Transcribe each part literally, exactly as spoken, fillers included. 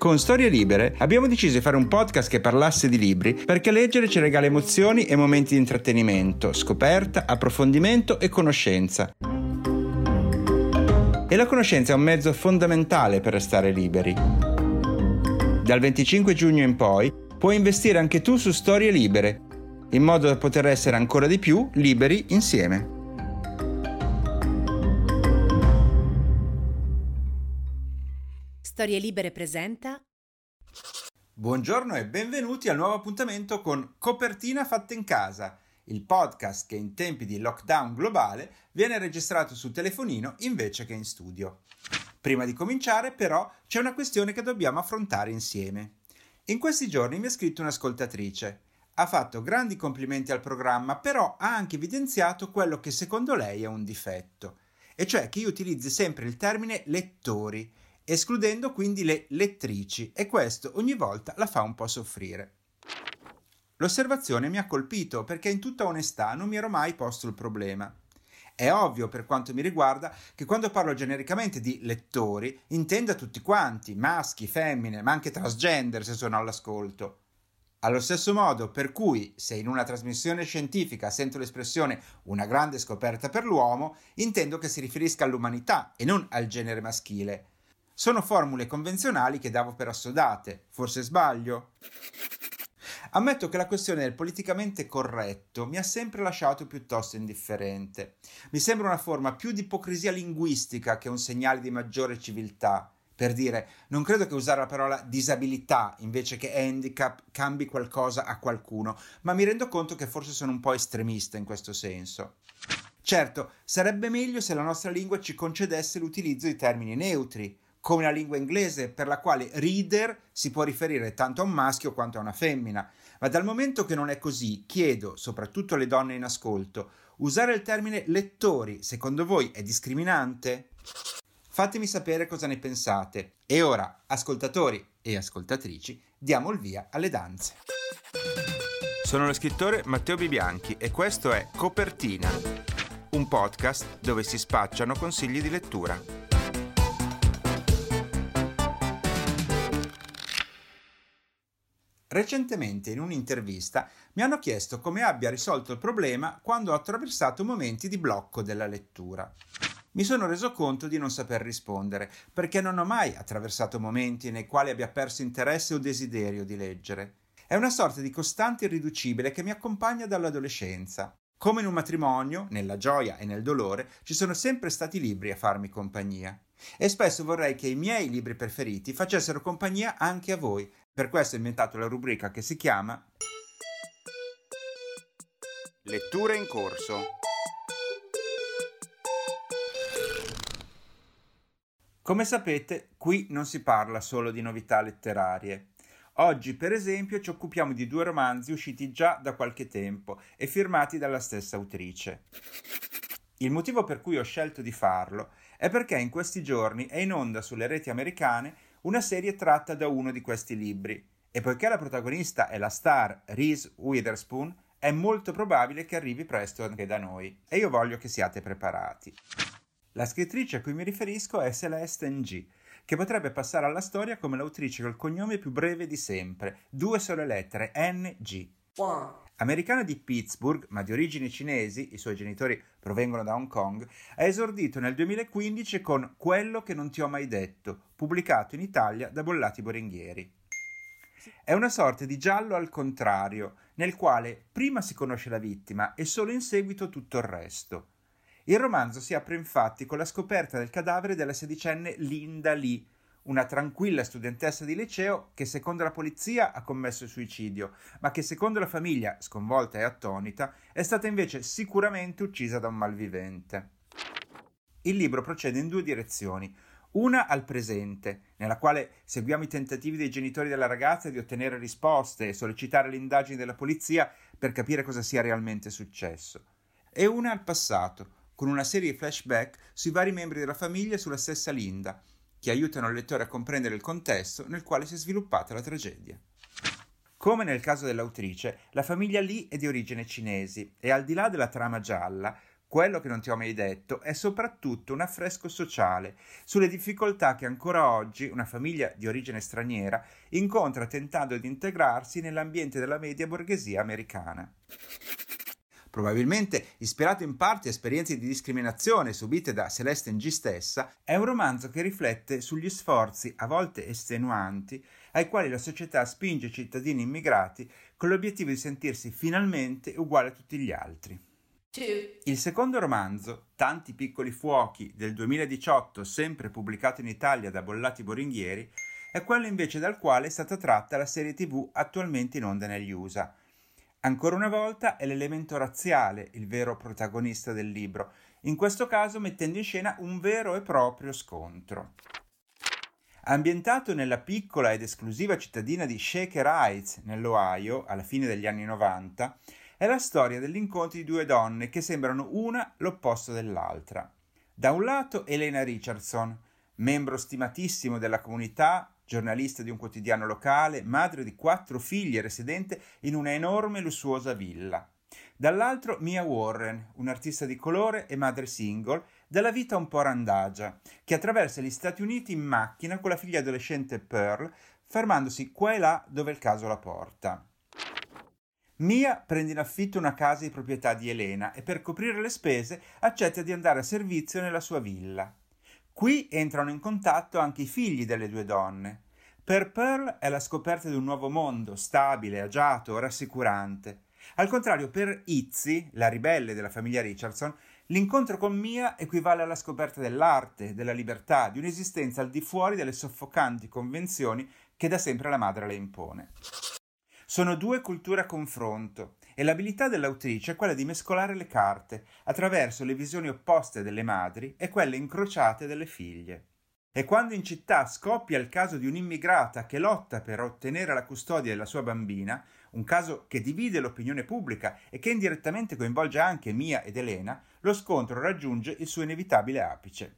Con Storie Libere abbiamo deciso di fare un podcast che parlasse di libri perché leggere ci regala emozioni e momenti di intrattenimento, scoperta, approfondimento e conoscenza. E la conoscenza è un mezzo fondamentale per restare liberi. Dal venticinque giugno in poi puoi investire anche tu su Storie Libere, in modo da poter essere ancora di più liberi insieme. Storie Libere presenta. Buongiorno e benvenuti al nuovo appuntamento con Copertina fatta in casa, il podcast che in tempi di lockdown globale viene registrato sul telefonino invece che in studio. Prima di cominciare, però, c'è una questione che dobbiamo affrontare insieme. In questi giorni mi ha scritto un'ascoltatrice. Ha fatto grandi complimenti al programma, però ha anche evidenziato quello che secondo lei è un difetto, e cioè che io utilizzi sempre il termine lettori, escludendo quindi le lettrici, e questo ogni volta la fa un po' soffrire. L'osservazione mi ha colpito perché in tutta onestà non mi ero mai posto il problema. È ovvio, per quanto mi riguarda, che quando parlo genericamente di lettori intenda tutti quanti, maschi, femmine, ma anche transgender se sono all'ascolto. Allo stesso modo per cui, se in una trasmissione scientifica sento l'espressione una grande scoperta per l'uomo, intendo che si riferisca all'umanità e non al genere maschile. Sono formule convenzionali che davo per assodate, forse sbaglio? Ammetto che la questione del politicamente corretto mi ha sempre lasciato piuttosto indifferente. Mi sembra una forma più di ipocrisia linguistica che un segnale di maggiore civiltà. Per dire, non credo che usare la parola disabilità invece che handicap cambi qualcosa a qualcuno, ma mi rendo conto che forse sono un po' estremista in questo senso. Certo, sarebbe meglio se la nostra lingua ci concedesse l'utilizzo di termini neutri, come la lingua inglese, per la quale reader si può riferire tanto a un maschio quanto a una femmina. Ma dal momento che non è così, chiedo, soprattutto alle donne in ascolto, usare il termine lettori, secondo voi è discriminante? Fatemi sapere cosa ne pensate. E ora, ascoltatori e ascoltatrici, diamo il via alle danze. Sono lo scrittore Matteo Bibianchi e questo è Copertina, un podcast dove si spacciano consigli di lettura. Recentemente in un'intervista mi hanno chiesto come abbia risolto il problema quando ho attraversato momenti di blocco della lettura. Mi sono reso conto di non saper rispondere, perché non ho mai attraversato momenti nei quali abbia perso interesse o desiderio di leggere. È una sorta di costante irriducibile che mi accompagna dall'adolescenza. Come in un matrimonio, nella gioia e nel dolore, ci sono sempre stati libri a farmi compagnia. E spesso vorrei che i miei libri preferiti facessero compagnia anche a voi. Per questo ho inventato la rubrica che si chiama Letture in corso. Come sapete, qui non si parla solo di novità letterarie. Oggi, per esempio, ci occupiamo di due romanzi usciti già da qualche tempo e firmati dalla stessa autrice. Il motivo per cui ho scelto di farlo è perché in questi giorni è in onda sulle reti americane una serie tratta da uno di questi libri, e poiché la protagonista è la star Reese Witherspoon, è molto probabile che arrivi presto anche da noi, e io voglio che siate preparati. La scrittrice a cui mi riferisco è Celeste Ng, che potrebbe passare alla storia come l'autrice col cognome più breve di sempre, due sole lettere, N G. Americana di Pittsburgh, ma di origini cinesi, i suoi genitori provengono da Hong Kong, ha esordito nel duemilaquindici con Quello che non ti ho mai detto, pubblicato in Italia da Bollati Boringhieri. È una sorta di giallo al contrario, nel quale prima si conosce la vittima e solo in seguito tutto il resto. Il romanzo si apre infatti con la scoperta del cadavere della sedicenne Linda Lee, una tranquilla studentessa di liceo che secondo la polizia ha commesso il suicidio, ma che secondo la famiglia, sconvolta e attonita, è stata invece sicuramente uccisa da un malvivente. Il libro procede in due direzioni, una al presente, nella quale seguiamo i tentativi dei genitori della ragazza di ottenere risposte e sollecitare le indagini della polizia per capire cosa sia realmente successo, e una al passato, con una serie di flashback sui vari membri della famiglia e sulla stessa Linda, che aiutano il lettore a comprendere il contesto nel quale si è sviluppata la tragedia. Come nel caso dell'autrice, la famiglia Lee è di origine cinesi e al di là della trama gialla, Quello che non ti ho mai detto è soprattutto un affresco sociale sulle difficoltà che ancora oggi una famiglia di origine straniera incontra tentando di integrarsi nell'ambiente della media borghesia americana. Probabilmente ispirato in parte a esperienze di discriminazione subite da Celeste Ng stessa, è un romanzo che riflette sugli sforzi, a volte estenuanti, ai quali la società spinge i cittadini immigrati con l'obiettivo di sentirsi finalmente uguali a tutti gli altri. Il secondo romanzo, Tanti piccoli fuochi, del duemiladiciotto, sempre pubblicato in Italia da Bollati Boringhieri, è quello invece dal quale è stata tratta la serie tivù attualmente in onda negli U S A. Ancora una volta è l'elemento razziale il vero protagonista del libro, in questo caso mettendo in scena un vero e proprio scontro. Ambientato nella piccola ed esclusiva cittadina di Shaker Heights, nell'Ohio, alla fine degli anni novanta, è la storia dell'incontro di due donne che sembrano una l'opposto dell'altra. Da un lato Elena Richardson, membro stimatissimo della comunità, giornalista di un quotidiano locale, madre di quattro figli e residente in una enorme e lussuosa villa. Dall'altro Mia Warren, un'artista di colore e madre single, dalla vita un po' randagia, che attraversa gli Stati Uniti in macchina con la figlia adolescente Pearl, fermandosi qua e là dove il caso la porta. Mia prende in affitto una casa di proprietà di Elena e per coprire le spese accetta di andare a servizio nella sua villa. Qui entrano in contatto anche i figli delle due donne. Per Pearl è la scoperta di un nuovo mondo, stabile, agiato, rassicurante. Al contrario, per Izzy, la ribelle della famiglia Richardson, l'incontro con Mia equivale alla scoperta dell'arte, della libertà, di un'esistenza al di fuori delle soffocanti convenzioni che da sempre la madre le impone. Sono due culture a confronto e l'abilità dell'autrice è quella di mescolare le carte attraverso le visioni opposte delle madri e quelle incrociate delle figlie. E quando in città scoppia il caso di un'immigrata che lotta per ottenere la custodia della sua bambina, un caso che divide l'opinione pubblica e che indirettamente coinvolge anche Mia ed Elena, lo scontro raggiunge il suo inevitabile apice.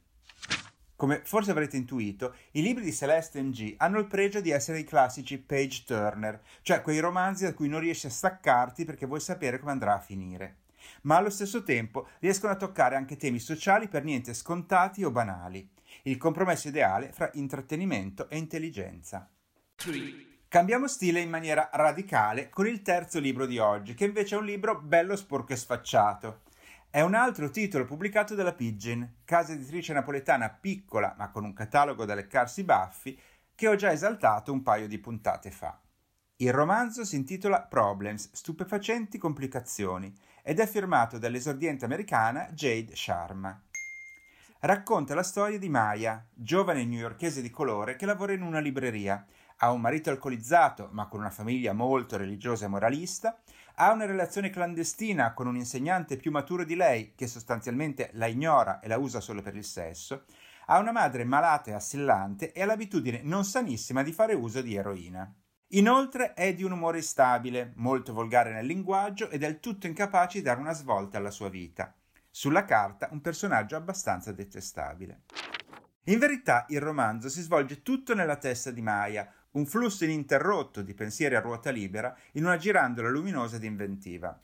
Come forse avrete intuito, i libri di Celeste Ng hanno il pregio di essere i classici page turner, cioè quei romanzi da cui non riesci a staccarti perché vuoi sapere come andrà a finire. Ma allo stesso tempo riescono a toccare anche temi sociali per niente scontati o banali. Il compromesso ideale fra intrattenimento e intelligenza. Cambiamo stile in maniera radicale con il terzo libro di oggi, che invece è un libro bello sporco e sfacciato. È un altro titolo pubblicato dalla Pigeon, casa editrice napoletana piccola ma con un catalogo da leccarsi i baffi, che ho già esaltato un paio di puntate fa. Il romanzo si intitola Problems, stupefacenti complicazioni, ed è firmato dall'esordiente americana Jade Sharma. Racconta la storia di Maya, giovane newyorkese di colore che lavora in una libreria, ha un marito alcolizzato ma con una famiglia molto religiosa e moralista, ha una relazione clandestina con un insegnante più maturo di lei che sostanzialmente la ignora e la usa solo per il sesso, ha una madre malata e assillante e ha l'abitudine non sanissima di fare uso di eroina. Inoltre è di un umore instabile, molto volgare nel linguaggio e del tutto incapace di dare una svolta alla sua vita. Sulla carta un personaggio abbastanza detestabile. In verità il romanzo si svolge tutto nella testa di Maya, un flusso ininterrotto di pensieri a ruota libera in una girandola luminosa ed inventiva.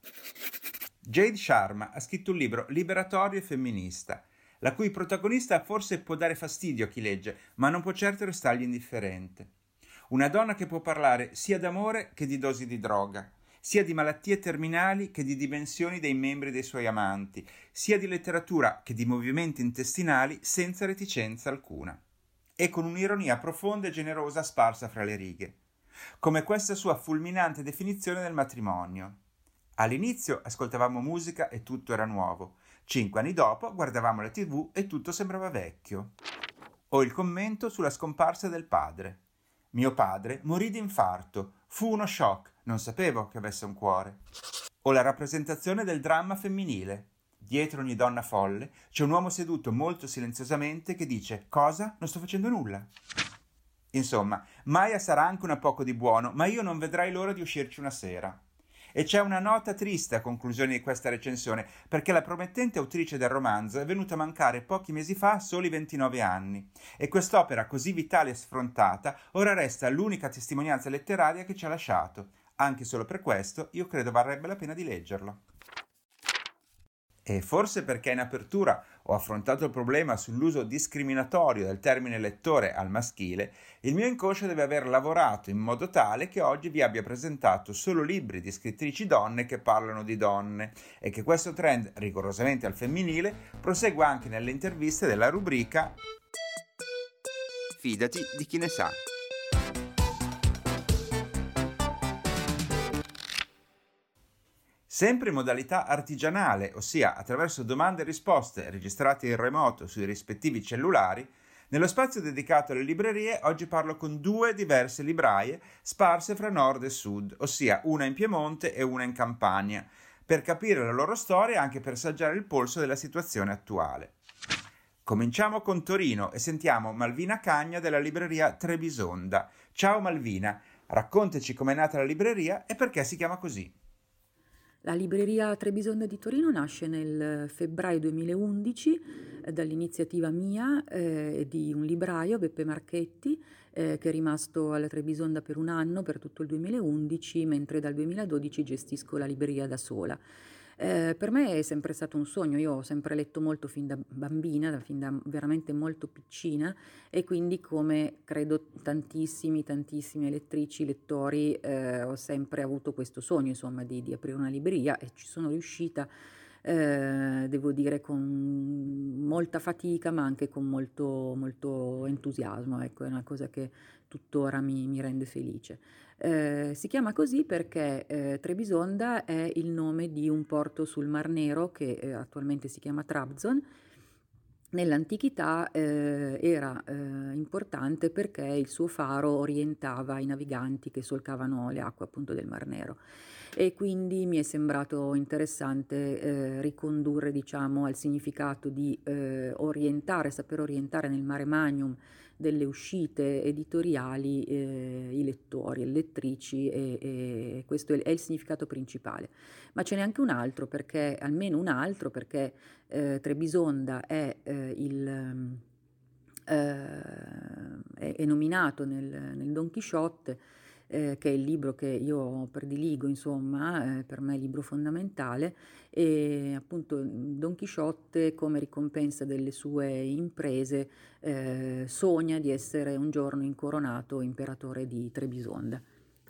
Jade Sharma ha scritto un libro liberatorio e femminista, la cui protagonista forse può dare fastidio a chi legge, ma non può certo restargli indifferente. Una donna che può parlare sia d'amore che di dosi di droga, sia di malattie terminali che di dimensioni dei membri dei suoi amanti, sia di letteratura che di movimenti intestinali senza reticenza alcuna. E con un'ironia profonda e generosa sparsa fra le righe, come questa sua fulminante definizione del matrimonio. All'inizio ascoltavamo musica e tutto era nuovo, cinque anni dopo guardavamo la tivù e tutto sembrava vecchio. O il commento sulla scomparsa del padre. Mio padre morì di infarto, fu uno shock, non sapevo che avesse un cuore. O la rappresentazione del dramma femminile. Dietro ogni donna folle c'è un uomo seduto molto silenziosamente che dice «Cosa? Non sto facendo nulla». Insomma, Maya sarà anche una poco di buono, ma io non vedrai l'ora di uscirci una sera. E c'è una nota triste a conclusione di questa recensione, perché la promettente autrice del romanzo è venuta a mancare pochi mesi fa a soli ventinove anni, e quest'opera così vitale e sfrontata ora resta l'unica testimonianza letteraria che ci ha lasciato. Anche solo per questo io credo varrebbe la pena di leggerlo. E forse perché in apertura ho affrontato il problema sull'uso discriminatorio del termine lettore al maschile, il mio inconscio deve aver lavorato in modo tale che oggi vi abbia presentato solo libri di scrittrici donne che parlano di donne e che questo trend rigorosamente al femminile prosegua anche nelle interviste della rubrica Fidati di chi ne sa. Sempre in modalità artigianale, ossia attraverso domande e risposte registrate in remoto sui rispettivi cellulari, nello spazio dedicato alle librerie oggi parlo con due diverse libraie sparse fra nord e sud, ossia una in Piemonte e una in Campania, per capire la loro storia e anche per assaggiare il polso della situazione attuale. Cominciamo con Torino e sentiamo Malvina Cagna della libreria Trebisonda. Ciao Malvina, raccontaci com'è nata la libreria e perché si chiama così. La libreria Trebisonda di Torino nasce nel febbraio duemilaundici eh, dall'iniziativa mia eh, e di un libraio, Beppe Marchetti, eh, che è rimasto alla Trebisonda per un anno, per tutto il duemilaundici, mentre dal duemiladodici gestisco la libreria da sola. Eh, per me è sempre stato un sogno, io ho sempre letto molto fin da bambina, da, fin da veramente molto piccina, e quindi come credo tantissimi, tantissimi lettrici, lettori, eh, ho sempre avuto questo sogno, insomma, di, di aprire una libreria, e ci sono riuscita, eh, devo dire, con molta fatica, ma anche con molto, molto entusiasmo. Ecco, è una cosa che tuttora mi, mi rende felice. Eh, si chiama così perché eh, Trebisonda è il nome di un porto sul Mar Nero che eh, attualmente si chiama Trabzon. Nell'antichità eh, era eh, importante perché il suo faro orientava i naviganti che solcavano le acque appunto del Mar Nero, e quindi mi è sembrato interessante eh, ricondurre, diciamo, al significato di eh, orientare, saper orientare nel mare magnum delle uscite editoriali eh, i lettori, le lettrici, e, e questo è il significato principale. Ma ce n'è anche un altro, perché almeno un altro, perché eh, Trebisonda è, eh, il, eh, è, è nominato nel, nel Don Chisciotte, eh, che è il libro che io prediligo, insomma, eh, per me è il libro fondamentale, e appunto Don Chisciotte, come ricompensa delle sue imprese, eh, sogna di essere un giorno incoronato imperatore di Trebisonda.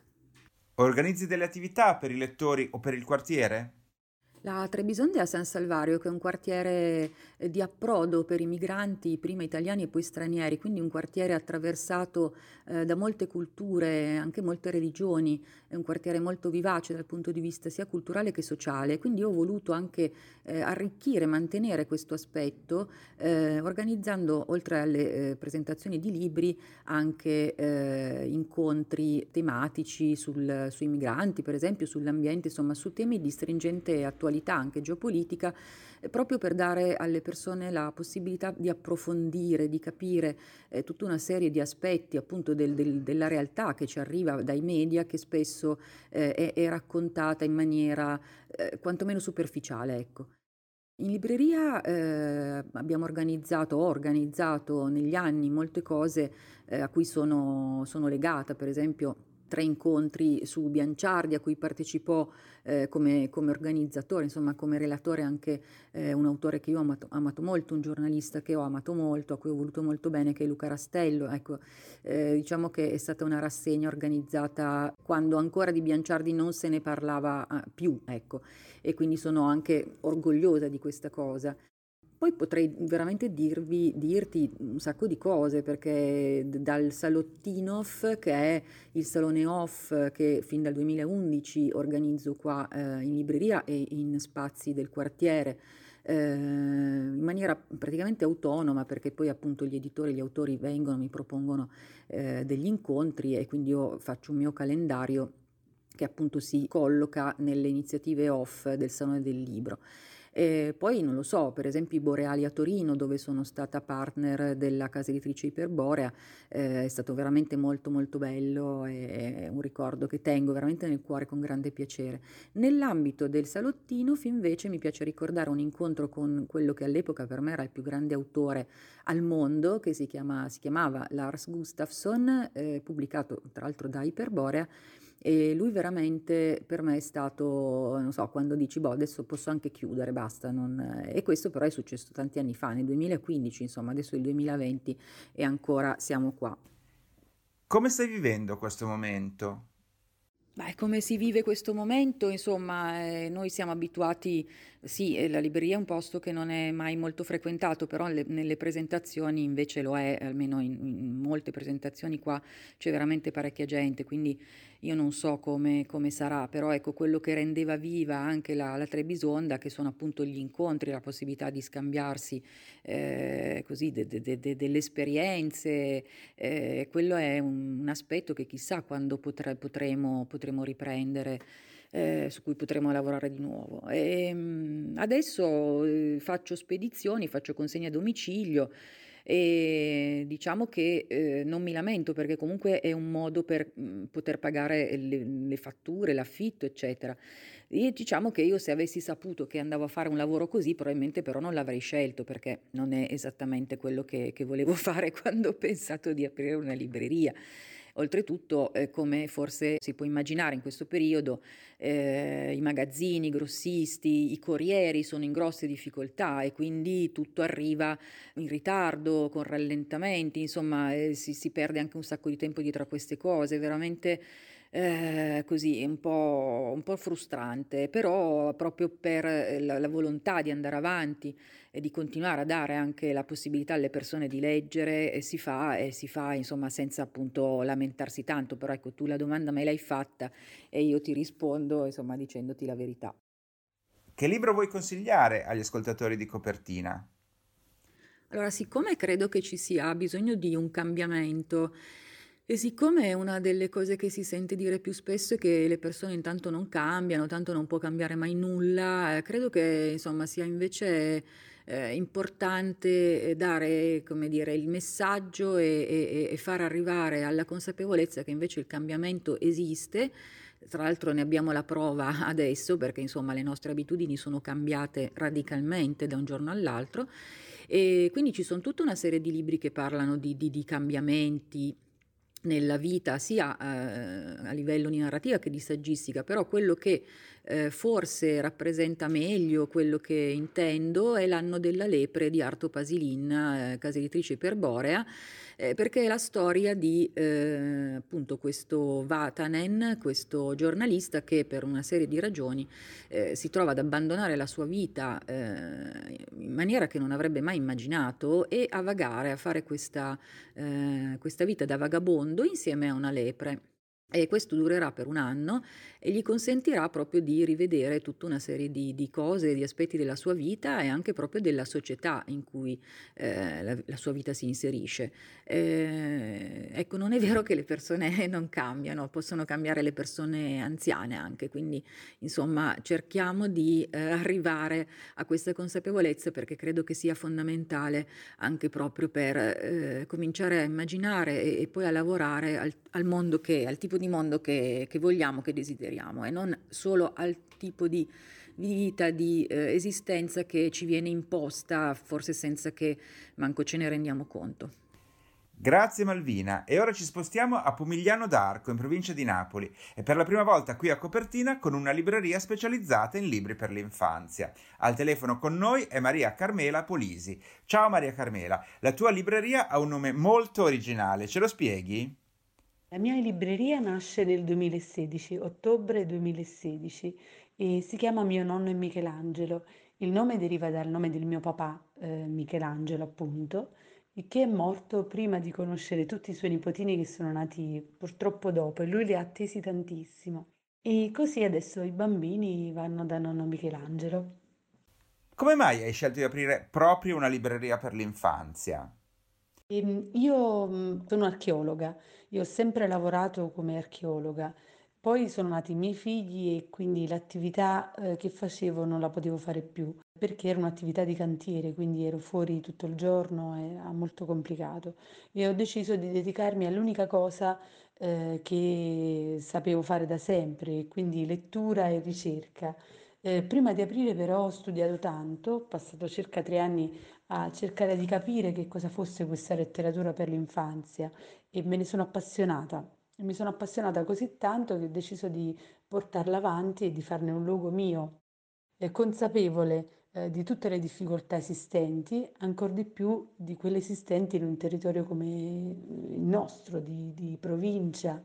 Organizzi delle attività per i lettori o per il quartiere? La Trebisonda è a San Salvario, che è un quartiere eh, di approdo per i migranti, prima italiani e poi stranieri, quindi un quartiere attraversato eh, da molte culture, anche molte religioni, è un quartiere molto vivace dal punto di vista sia culturale che sociale, quindi ho voluto anche eh, arricchire, mantenere questo aspetto, eh, organizzando, oltre alle eh, presentazioni di libri, anche eh, incontri tematici sul, sui migranti, per esempio sull'ambiente, insomma su temi di stringente attualità, anche geopolitica, eh, proprio per dare alle persone la possibilità di approfondire, di capire eh, tutta una serie di aspetti appunto del, del, della realtà che ci arriva dai media, che spesso eh, è, è raccontata in maniera eh, quantomeno superficiale, ecco. In libreria eh, abbiamo organizzato, ho organizzato negli anni molte cose eh, a cui sono, sono legata, per esempio tre incontri su Bianciardi a cui partecipò eh, come, come organizzatore, insomma come relatore anche eh, un autore che io ho amato, amato molto, un giornalista che ho amato molto, a cui ho voluto molto bene, che è Luca Rastello. Ecco, eh, diciamo che è stata una rassegna organizzata quando ancora di Bianciardi non se ne parlava eh, più, ecco, e quindi sono anche orgogliosa di questa cosa. Poi potrei veramente dirvi, dirti un sacco di cose, perché dal salottino off, che è il salone off che fin dal duemilaundici organizzo qua eh, in libreria e in spazi del quartiere, eh, in maniera praticamente autonoma, perché poi appunto gli editori, gli autori vengono, mi propongono eh, degli incontri, e quindi io faccio un mio calendario che appunto si colloca nelle iniziative off del Salone del Libro. E poi non lo so, per esempio i Boreali a Torino, dove sono stata partner della casa editrice Iperborea, eh, è stato veramente molto molto bello, e è un ricordo che tengo veramente nel cuore con grande piacere. Nell'ambito del salottino invece mi piace ricordare un incontro con quello che all'epoca per me era il più grande autore al mondo, che si, chiama, si chiamava Lars Gustafsson, eh, pubblicato tra l'altro da Iperborea, E lui veramente per me è stato, non so, quando dici, boh, adesso posso anche chiudere, basta. Non... E questo però è successo tanti anni fa, nel duemilaquindici, insomma, adesso è il duemilaventi e ancora siamo qua. Come stai vivendo questo momento? Beh, come si vive questo momento? Insomma, eh, noi siamo abituati, sì, eh, la libreria è un posto che non è mai molto frequentato, però le- nelle presentazioni invece lo è, almeno in, in molte presentazioni qua c'è veramente parecchia gente, quindi io non so come, come sarà, però ecco quello che rendeva viva anche la, la Trebisonda, che sono appunto gli incontri, la possibilità di scambiarsi eh, così de- de- de- de- delle esperienze. Eh, quello è un, un aspetto che chissà quando potre- potremo, potremo riprendere, eh, su cui potremo lavorare di nuovo. E, mm, adesso eh, faccio spedizioni, faccio consegne a domicilio e diciamo che eh, non mi lamento perché comunque è un modo per mm, poter pagare le, le fatture, l'affitto, eccetera. E diciamo che io se avessi saputo che andavo a fare un lavoro così, probabilmente però non l'avrei scelto perché non è esattamente quello che, che volevo fare quando ho pensato di aprire una libreria. Oltretutto, eh, come forse si può immaginare in questo periodo, eh, i magazzini, i grossisti, i corrieri sono in grosse difficoltà e quindi tutto arriva in ritardo, con rallentamenti, insomma, eh, si, si perde anche un sacco di tempo dietro a queste cose, veramente eh, così, un po', un po' frustrante, però proprio per eh, la, la volontà di andare avanti e di continuare a dare anche la possibilità alle persone di leggere, e si fa e si fa insomma senza appunto lamentarsi tanto, però ecco tu la domanda me l'hai fatta e io ti rispondo insomma dicendoti la verità. Che libro vuoi consigliare agli ascoltatori di Copertina? Allora, siccome credo che ci sia bisogno di un cambiamento e siccome è una delle cose che si sente dire più spesso è che le persone intanto non cambiano, tanto non può cambiare mai nulla, eh, credo che insomma sia invece eh, importante eh, dare, come dire, il messaggio e, e- e far arrivare alla consapevolezza che invece il cambiamento esiste. Tra l'altro ne abbiamo la prova adesso perché insomma le nostre abitudini sono cambiate radicalmente da un giorno all'altro e quindi ci sono tutta una serie di libri che parlano di, di- di cambiamenti nella vita, sia eh, a livello di narrativa che di saggistica, però quello che eh, forse rappresenta meglio quello che intendo è L'anno della lepre di Arto Pasilin, eh, casa editrice Iperborea, eh, perché è la storia di eh, appunto questo Vatanen, questo giornalista che per una serie di ragioni eh, si trova ad abbandonare la sua vita eh, in maniera che non avrebbe mai immaginato e a vagare, a fare questa, eh, questa vita da vagabondo insieme a una lepre. E questo durerà per un anno e gli consentirà proprio di rivedere tutta una serie di, di cose, di aspetti della sua vita e anche proprio della società in cui eh, la, la sua vita si inserisce. Eh, ecco, non è vero che le persone non cambiano, possono cambiare le persone anziane anche, quindi insomma cerchiamo di eh, arrivare a questa consapevolezza perché credo che sia fondamentale anche proprio per eh, cominciare a immaginare e, e poi a lavorare al, al mondo che, al tipo di mondo che, che vogliamo, che desideriamo e non solo al tipo di vita, di eh, esistenza che ci viene imposta, forse senza che manco ce ne rendiamo conto. Grazie Malvina, e ora ci spostiamo a Pomigliano d'Arco, in provincia di Napoli, e per la prima volta qui a Copertina con una libreria specializzata in libri per l'infanzia. Al telefono con noi è Maria Carmela Polisi. Ciao Maria Carmela, la tua libreria ha un nome molto originale, ce lo spieghi? La mia libreria nasce nel duemilasedici, ottobre duemilasedici, e si chiama Mio nonno è Michelangelo. Il nome deriva dal nome del mio papà, eh, Michelangelo appunto, il che è morto prima di conoscere tutti i suoi nipotini che sono nati purtroppo dopo e lui li ha attesi tantissimo. E così adesso i bambini vanno da nonno Michelangelo. Come mai hai scelto di aprire proprio una libreria per l'infanzia? Ehm, Io mh, sono archeologa, io ho sempre lavorato come archeologa, poi sono nati i miei figli e quindi l'attività eh, che facevo non la potevo fare più perché era un'attività di cantiere, quindi ero fuori tutto il giorno e era molto complicato e ho deciso di dedicarmi all'unica cosa eh, che sapevo fare da sempre, quindi lettura e ricerca. Eh, prima di aprire però ho studiato tanto, ho passato circa tre anni a cercare di capire che cosa fosse questa letteratura per l'infanzia e me ne sono appassionata. E mi sono appassionata così tanto che ho deciso di portarla avanti e di farne un luogo mio, e consapevole eh, di tutte le difficoltà esistenti, ancor di più di quelle esistenti in un territorio come il nostro, di, di provincia.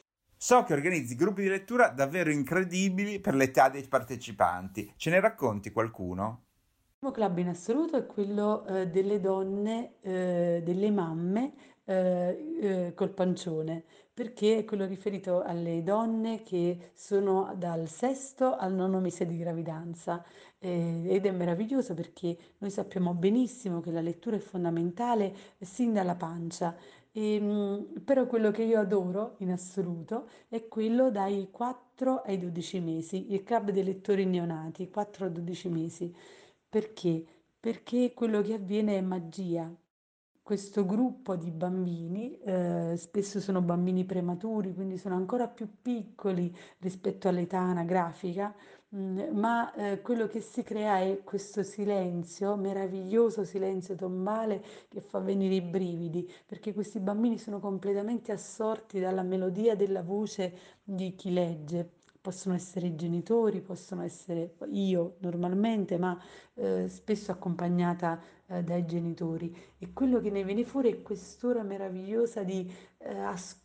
So che organizzi gruppi di lettura davvero incredibili per l'età dei partecipanti. Ce ne racconti qualcuno? Il primo club in assoluto è quello eh, delle donne, eh, delle mamme eh, eh, col pancione, perché è quello riferito alle donne che sono dal sesto al nono mese di gravidanza. Eh, ed è meraviglioso perché noi sappiamo benissimo che la lettura è fondamentale sin dalla pancia. E, mh, però quello che io adoro in assoluto è quello dai quattro ai dodici mesi, il club dei lettori neonati, quattro a dodici mesi. Perché? Perché quello che avviene è magia. Questo gruppo di bambini, eh, spesso sono bambini prematuri, quindi sono ancora più piccoli rispetto all'età anagrafica, mm, ma eh, quello che si crea è questo silenzio, meraviglioso silenzio tombale che fa venire i brividi, perché questi bambini sono completamente assorti dalla melodia della voce di chi legge. Possono essere i genitori, possono essere io normalmente, ma eh, spesso accompagnata eh, dai genitori. E quello che ne viene fuori è quest'ora meravigliosa di eh,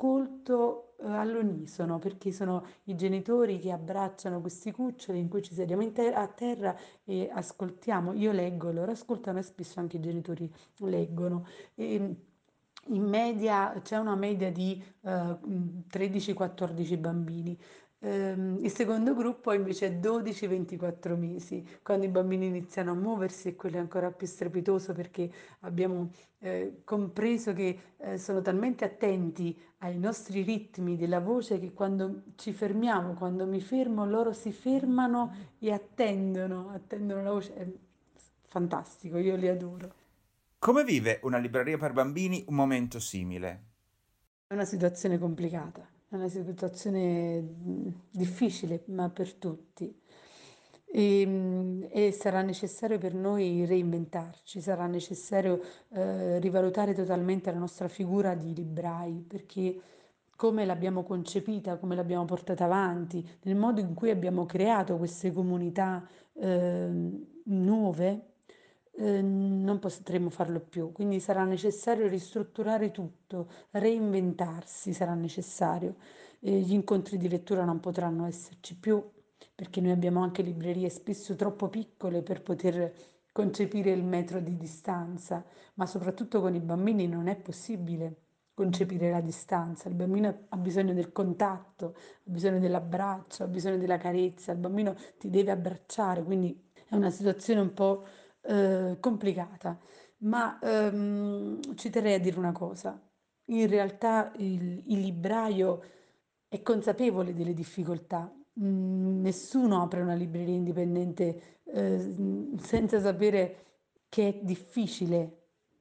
ascolto eh, all'unisono, perché sono i genitori che abbracciano questi cuccioli in cui ci sediamo in ter- a terra e ascoltiamo. Io leggo, loro ascoltano e spesso anche i genitori leggono. E, in media c'è una media di eh, tredici quattordici bambini. Ehm, il secondo gruppo invece è dodici ventiquattro mesi, quando i bambini iniziano a muoversi, e quello è ancora più strepitoso perché abbiamo eh, compreso che eh, sono talmente attenti ai nostri ritmi della voce che quando ci fermiamo, quando mi fermo, loro si fermano e attendono, attendono la voce. È fantastico, io li adoro. Come vive una libreria per bambini un momento simile? È una situazione complicata, è una situazione mh, difficile, ma per tutti. E, mh, e sarà necessario per noi reinventarci, sarà necessario eh, rivalutare totalmente la nostra figura di librai, perché come l'abbiamo concepita, come l'abbiamo portata avanti, nel modo in cui abbiamo creato queste comunità ehm, nuove, eh, non potremo farlo più. Quindi sarà necessario ristrutturare tutto, reinventarsi sarà necessario. Eh, gli incontri di lettura non potranno esserci più perché noi abbiamo anche librerie spesso troppo piccole per poter concepire il metro di distanza, ma soprattutto con i bambini non è possibile concepire la distanza. Il bambino ha bisogno del contatto, ha bisogno dell'abbraccio, ha bisogno della carezza, il bambino ti deve abbracciare, quindi è una situazione un po' eh, complicata. Ma ehm, ci terrei a dire una cosa. In realtà il, il libraio è consapevole delle difficoltà. Mm, nessuno apre una libreria indipendente eh, senza sapere che è difficile.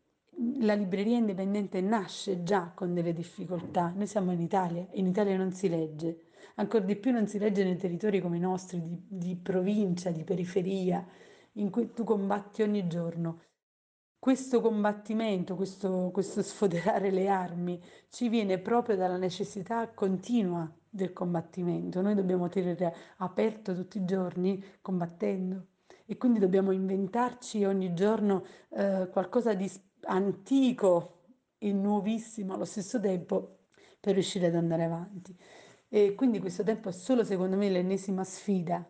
La libreria indipendente nasce già con delle difficoltà. Noi siamo in Italia e in Italia non si legge. Ancora di più non si legge nei territori come i nostri, di, di provincia, di periferia, in cui tu combatti ogni giorno. Questo combattimento, questo, questo sfoderare le armi, ci viene proprio dalla necessità continua del combattimento. Noi dobbiamo tenere aperto tutti i giorni combattendo e quindi dobbiamo inventarci ogni giorno eh, qualcosa di s- antico e nuovissimo allo stesso tempo per riuscire ad andare avanti. E quindi questo tempo è solo, secondo me, l'ennesima sfida,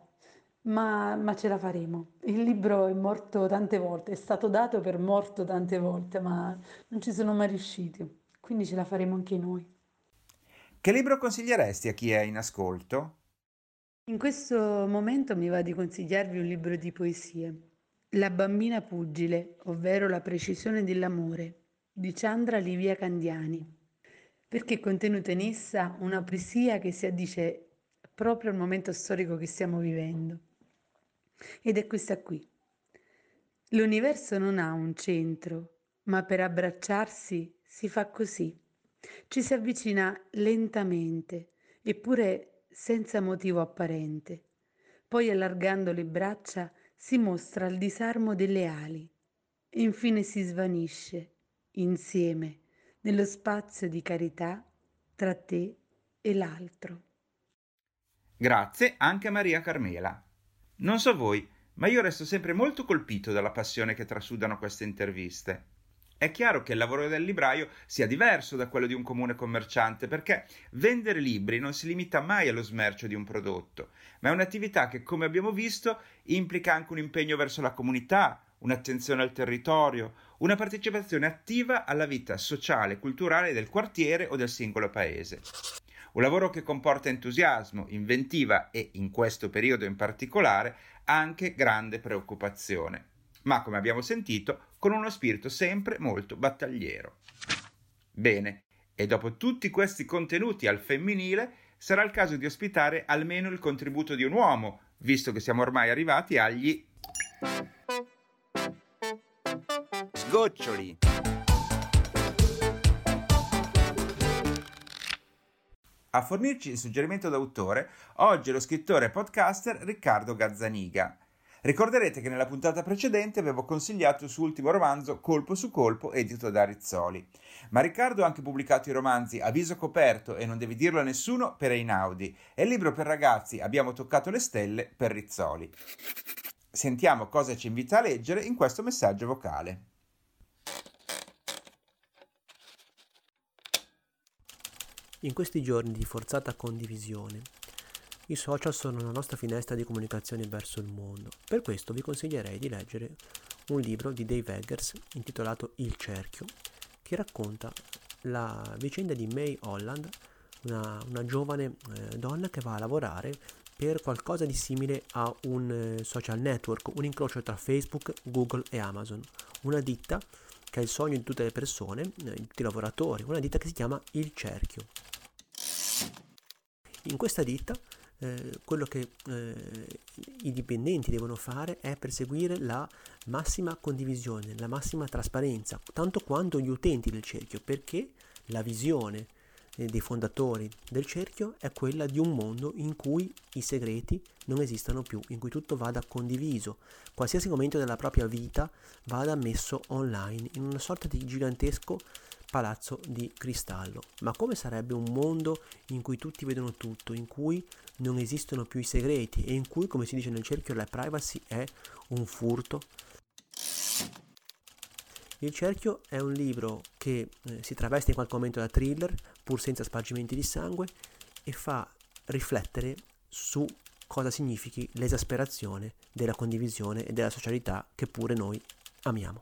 ma, ma ce la faremo. Il libro è morto tante volte, è stato dato per morto tante volte, ma non ci sono mai riusciti. Quindi ce la faremo anche noi. Che libro consiglieresti a chi è in ascolto? In questo momento mi va di consigliarvi un libro di poesie. La bambina pugile, ovvero La precisione dell'amore, di Chandra Livia Candiani, perché è contenuta in essa una poesia che si addice proprio al momento storico che stiamo vivendo. Ed è questa qui. L'universo non ha un centro, ma per abbracciarsi si fa così. Ci si avvicina lentamente, eppure senza motivo apparente. Poi allargando le braccia si mostra il disarmo delle ali e infine si svanisce insieme nello spazio di carità tra te e l'altro. Grazie anche a Maria Carmela. Non so voi, ma io resto sempre molto colpito dalla passione che trasudano queste interviste. È chiaro che il lavoro del libraio sia diverso da quello di un comune commerciante, perché vendere libri non si limita mai allo smercio di un prodotto, ma è un'attività che, come abbiamo visto, implica anche un impegno verso la comunità, un'attenzione al territorio, una partecipazione attiva alla vita sociale e culturale del quartiere o del singolo paese. Un lavoro che comporta entusiasmo, inventiva e, in questo periodo in particolare, anche grande preoccupazione, ma come abbiamo sentito, con uno spirito sempre molto battagliero. Bene, e dopo tutti questi contenuti al femminile, sarà il caso di ospitare almeno il contributo di un uomo, visto che siamo ormai arrivati agli sgoccioli. A fornirci il suggerimento d'autore, oggi è lo scrittore e podcaster Riccardo Gazzaniga. Ricorderete che nella puntata precedente avevo consigliato il suo ultimo romanzo Colpo su colpo, edito da Rizzoli. Ma Riccardo ha anche pubblicato i romanzi A viso coperto e Non devi dirlo a nessuno per Einaudi e il libro per ragazzi Abbiamo toccato le stelle per Rizzoli. Sentiamo cosa ci invita a leggere in questo messaggio vocale. In questi giorni di forzata condivisione, i social sono la nostra finestra di comunicazione verso il mondo. Per questo vi consiglierei di leggere un libro di Dave Eggers intitolato Il cerchio, che racconta la vicenda di May Holland, una, una giovane eh, donna che va a lavorare per qualcosa di simile a un eh, social network, un incrocio tra Facebook, Google e Amazon, una ditta che è il sogno di tutte le persone, eh, di tutti i lavoratori, una ditta che si chiama Il cerchio. In questa ditta Eh, quello che eh, i dipendenti devono fare è perseguire la massima condivisione, la massima trasparenza, tanto quanto gli utenti del cerchio, perché la visione eh, dei fondatori del cerchio è quella di un mondo in cui i segreti non esistano più, in cui tutto vada condiviso, qualsiasi momento della propria vita vada messo online, in una sorta di gigantesco palazzo di cristallo. Ma come sarebbe un mondo in cui tutti vedono tutto, in cui non esistono più i segreti e in cui, come si dice nel cerchio, la privacy è un furto? Il cerchio è un libro che eh, si traveste in qualche momento da thriller, pur senza spargimenti di sangue, e fa riflettere su cosa significhi l'esasperazione della condivisione e della socialità che pure noi amiamo.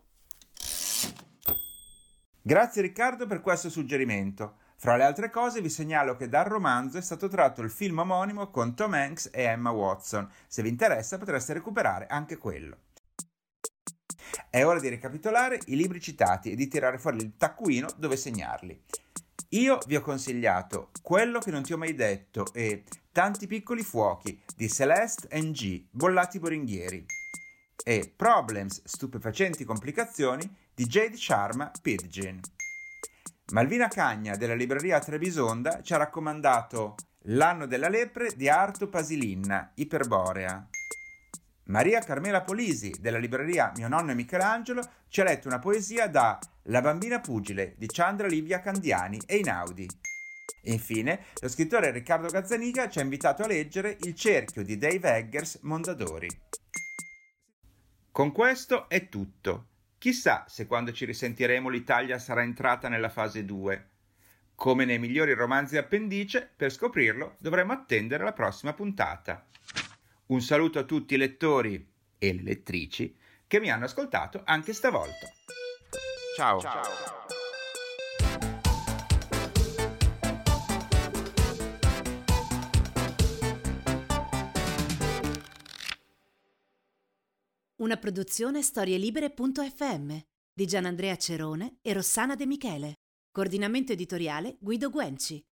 Grazie Riccardo per questo suggerimento. Fra le altre cose vi segnalo che dal romanzo è stato tratto il film omonimo con Tom Hanks e Emma Watson. Se vi interessa potreste recuperare anche quello. È ora di ricapitolare i libri citati e di tirare fuori il taccuino dove segnarli. Io vi ho consigliato Quello che non ti ho mai detto e Tanti piccoli fuochi di Celeste and G, Bollati Boringhieri, e Problems, stupefacenti complicazioni di Jade Sharma Pidgin. Malvina Cagna della libreria Trebisonda ci ha raccomandato L'anno della lepre di Arto Pasilinna, Iperborea. Maria Carmela Polisi della libreria Mio nonno e Michelangelo ci ha letto una poesia da La bambina pugile di Chandra Livia Candiani e Einaudi. E infine lo scrittore Riccardo Gazzaniga ci ha invitato a leggere Il cerchio di Dave Eggers Mondadori. Con questo è tutto. Chissà se quando ci risentiremo l'Italia sarà entrata nella fase due. Come nei migliori romanzi appendice, per scoprirlo dovremo attendere la prossima puntata. Un saluto a tutti i lettori e le lettrici che mi hanno ascoltato anche stavolta. Ciao. Ciao. Una produzione storielibere punto effe emme di Gianandrea Cerone e Rossana De Michele. Coordinamento editoriale Guido Guenci.